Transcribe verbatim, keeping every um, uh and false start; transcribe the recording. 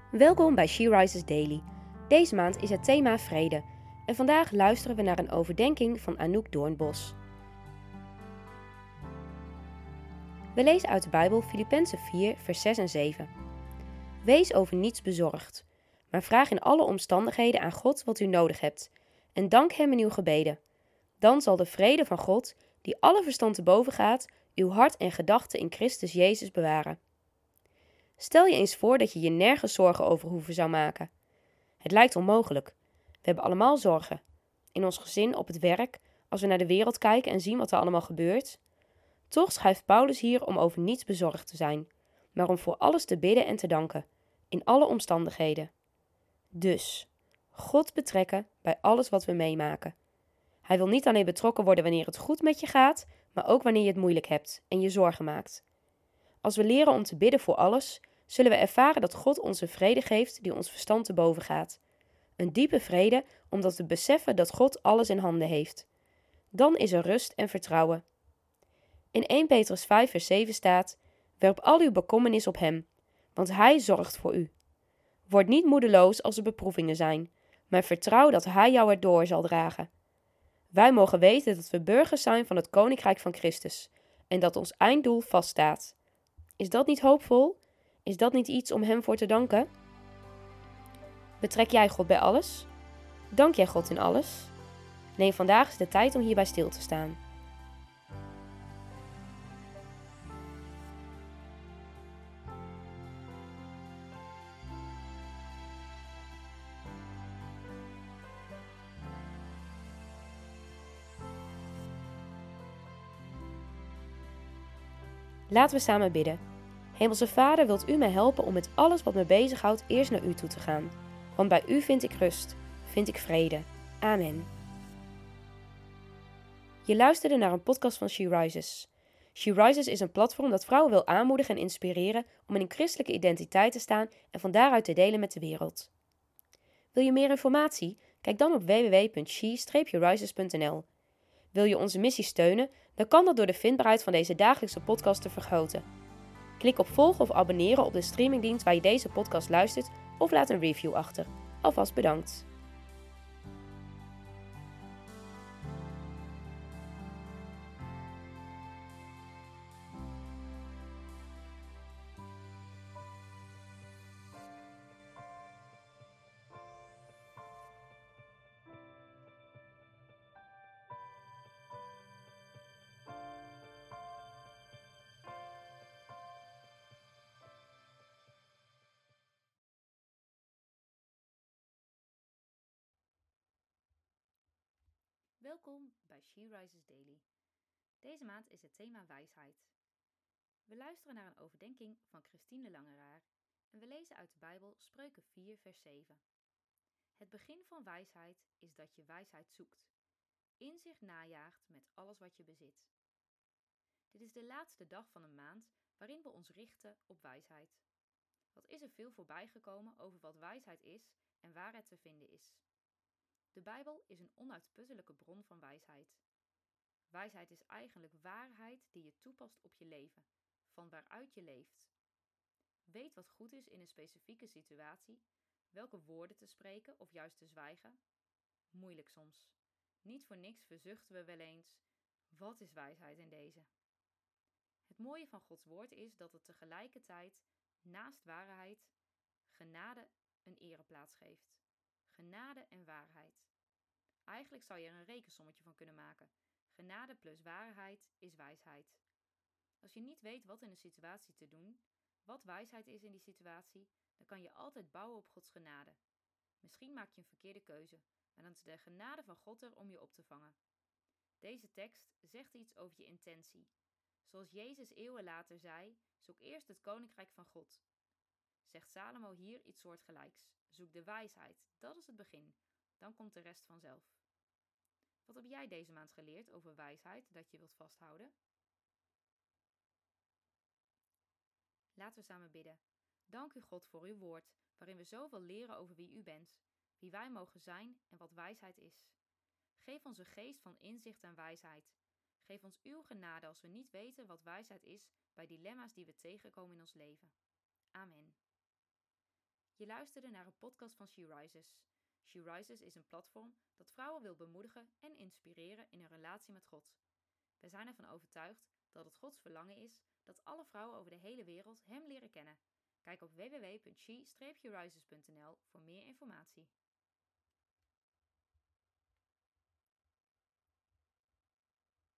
Welkom bij She Rises Daily. Deze maand is het thema vrede en vandaag luisteren we naar een overdenking van Anouk Doornbos. We lezen uit de Bijbel Filippenzen vier, vers zes en zeven. Wees over niets bezorgd, maar vraag in alle omstandigheden aan God wat u nodig hebt en dank Hem in uw gebeden. Dan zal de vrede van God, die alle verstand te boven gaat, uw hart en gedachten in Christus Jezus bewaren. Stel je eens voor dat je je nergens zorgen over hoeven zou maken. Het lijkt onmogelijk. We hebben allemaal zorgen. In ons gezin, op het werk, als we naar de wereld kijken en zien wat er allemaal gebeurt. Toch schrijft Paulus hier om over niets bezorgd te zijn, maar om voor alles te bidden en te danken, in alle omstandigheden. Dus, God betrekken bij alles wat we meemaken. Hij wil niet alleen betrokken worden wanneer het goed met je gaat, maar ook wanneer je het moeilijk hebt en je zorgen maakt. Als we leren om te bidden voor alles, zullen we ervaren dat God ons een vrede geeft die ons verstand te boven gaat. Een diepe vrede, omdat we beseffen dat God alles in handen heeft. Dan is er rust en vertrouwen. In eerste Petrus vijf vers zeven staat: werp al uw bekommernis op Hem, want Hij zorgt voor u. Word niet moedeloos als er beproevingen zijn, maar vertrouw dat Hij jou erdoor zal dragen. Wij mogen weten dat we burgers zijn van het Koninkrijk van Christus en dat ons einddoel vaststaat. Is dat niet hoopvol? Is dat niet iets om Hem voor te danken? Betrek jij God bij alles? Dank jij God in alles? Neem vandaag eens de tijd om hierbij stil te staan. Laten we samen bidden. Hemelse Vader, wilt u mij helpen om met alles wat me bezighoudt eerst naar u toe te gaan. Want bij u vind ik rust, vind ik vrede. Amen. Je luisterde naar een podcast van She Rises. She Rises is een platform dat vrouwen wil aanmoedigen en inspireren om in een christelijke identiteit te staan en van daaruit te delen met de wereld. Wil je meer informatie? Kijk dan op w w w punt she rises punt n l. Wil je onze missie steunen? Dan kan dat door de vindbaarheid van deze dagelijkse podcast te vergroten. Klik op volgen of abonneren op de streamingdienst waar je deze podcast luistert of laat een review achter. Alvast bedankt. Welkom bij She Rises Daily. Deze maand is het thema wijsheid. We luisteren naar een overdenking van Christine de Langeraar en we lezen uit de Bijbel Spreuken vier vers zeven. Het begin van wijsheid is dat je wijsheid zoekt, inzicht najaagt met alles wat je bezit. Dit is de laatste dag van een maand waarin we ons richten op wijsheid. Wat is er veel voorbij gekomen over wat wijsheid is en waar het te vinden is. De Bijbel is een onuitputtelijke bron van wijsheid. Wijsheid is eigenlijk waarheid die je toepast op je leven, van waaruit je leeft. Weet wat goed is in een specifieke situatie, welke woorden te spreken of juist te zwijgen. Moeilijk soms. Niet voor niks verzuchten we wel eens: wat is wijsheid in deze? Het mooie van Gods woord is dat het tegelijkertijd, naast waarheid, genade een ereplaats geeft. Genade en waarheid. Eigenlijk zou je er een rekensommetje van kunnen maken. Genade plus waarheid is wijsheid. Als je niet weet wat in een situatie te doen, wat wijsheid is in die situatie, dan kan je altijd bouwen op Gods genade. Misschien maak je een verkeerde keuze, maar dan is de genade van God er om je op te vangen. Deze tekst zegt iets over je intentie. Zoals Jezus eeuwen later zei: zoek eerst het koninkrijk van God. Zegt Salomo hier iets soortgelijks. Zoek de wijsheid, dat is het begin. Dan komt de rest vanzelf. Wat heb jij deze maand geleerd over wijsheid dat je wilt vasthouden? Laten we samen bidden. Dank u God voor uw woord, waarin we zoveel leren over wie u bent, wie wij mogen zijn en wat wijsheid is. Geef ons een geest van inzicht en wijsheid. Geef ons uw genade als we niet weten wat wijsheid is bij dilemma's die we tegenkomen in ons leven. Amen. Je luisterde naar een podcast van She Rises. She Rises is een platform dat vrouwen wil bemoedigen en inspireren in hun relatie met God. We zijn ervan overtuigd dat het Gods verlangen is dat alle vrouwen over de hele wereld Hem leren kennen. Kijk op w w w punt she dash rises punt n l voor meer informatie.